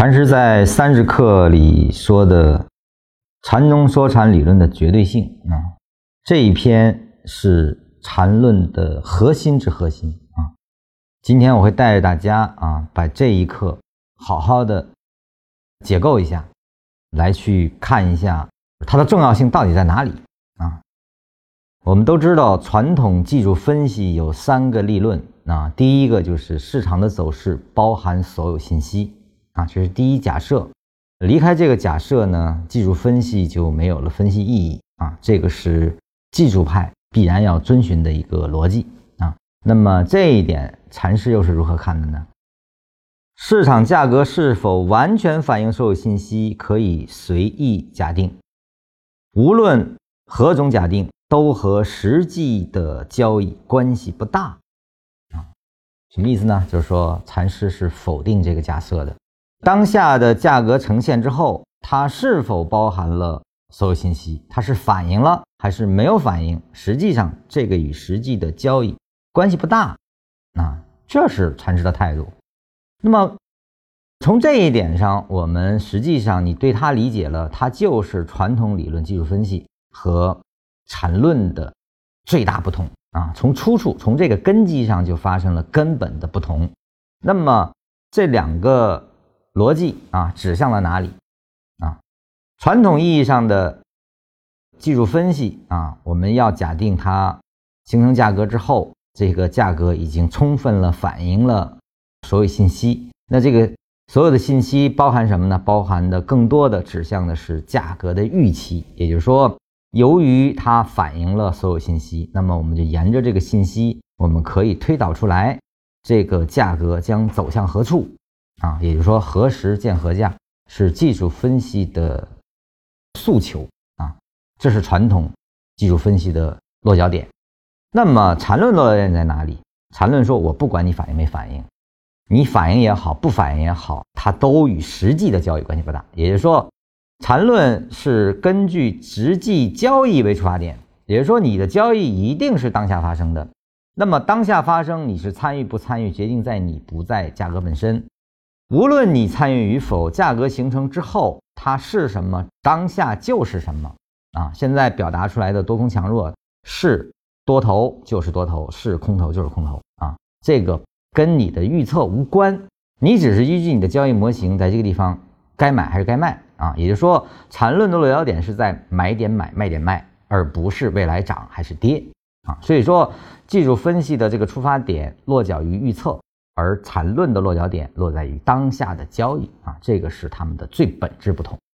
禅师在30课里说的禅中说禅理论的绝对性这一篇是禅论的核心之核心今天我会带着大家把这一课好好的解构一下，来去看一下它的重要性到底在哪里我们都知道传统技术分析有3个立论第一个就是市场的走势包含所有信息这是第一假设。离开这个假设呢，技术分析就没有了分析意义这个是技术派必然要遵循的一个逻辑那么这一点禅师又是如何看的呢？市场价格是否完全反映所有信息可以随意假定，无论何种假定都和实际的交易关系不大什么意思呢？就是说禅师是否定这个假设的。当下的价格呈现之后，它是否包含了所有信息，它是反映了还是没有反映，实际上这个与实际的交易关系不大这是禅师的态度。那么从这一点上，我们实际上你对它理解了，它就是传统理论技术分析和禅论的最大不同从出处从这个根基上就发生了根本的不同。那么这2个逻辑指向了哪里传统意义上的技术分析我们要假定它形成价格之后，这个价格已经充分了反映了所有信息。那这个所有的信息包含什么呢？包含的更多的指向的是价格的预期，也就是说由于它反映了所有信息，那么我们就沿着这个信息，我们可以推导出来这个价格将走向何处也就是说何时见何价是技术分析的诉求这是传统技术分析的落脚点。那么禅论落脚点在哪里？禅论说我不管你反应没反应，你反应也好不反应也好，它都与实际的交易关系不大。也就是说禅论是根据实际交易为出发点，也就是说你的交易一定是当下发生的。那么当下发生，你是参与不参与决定在你，不在价格本身。无论你参与与否，价格形成之后它是什么，当下就是什么现在表达出来的多空强弱是多头就是多头，是空头就是空头这个跟你的预测无关，你只是依据你的交易模型在这个地方该买还是该卖也就是说禅论的落脚点是在买点买卖点卖，而不是未来涨还是跌所以说技术分析的这个出发点落脚于预测，而禅论的落脚点落在于当下的交易这个是他们的最本质不同。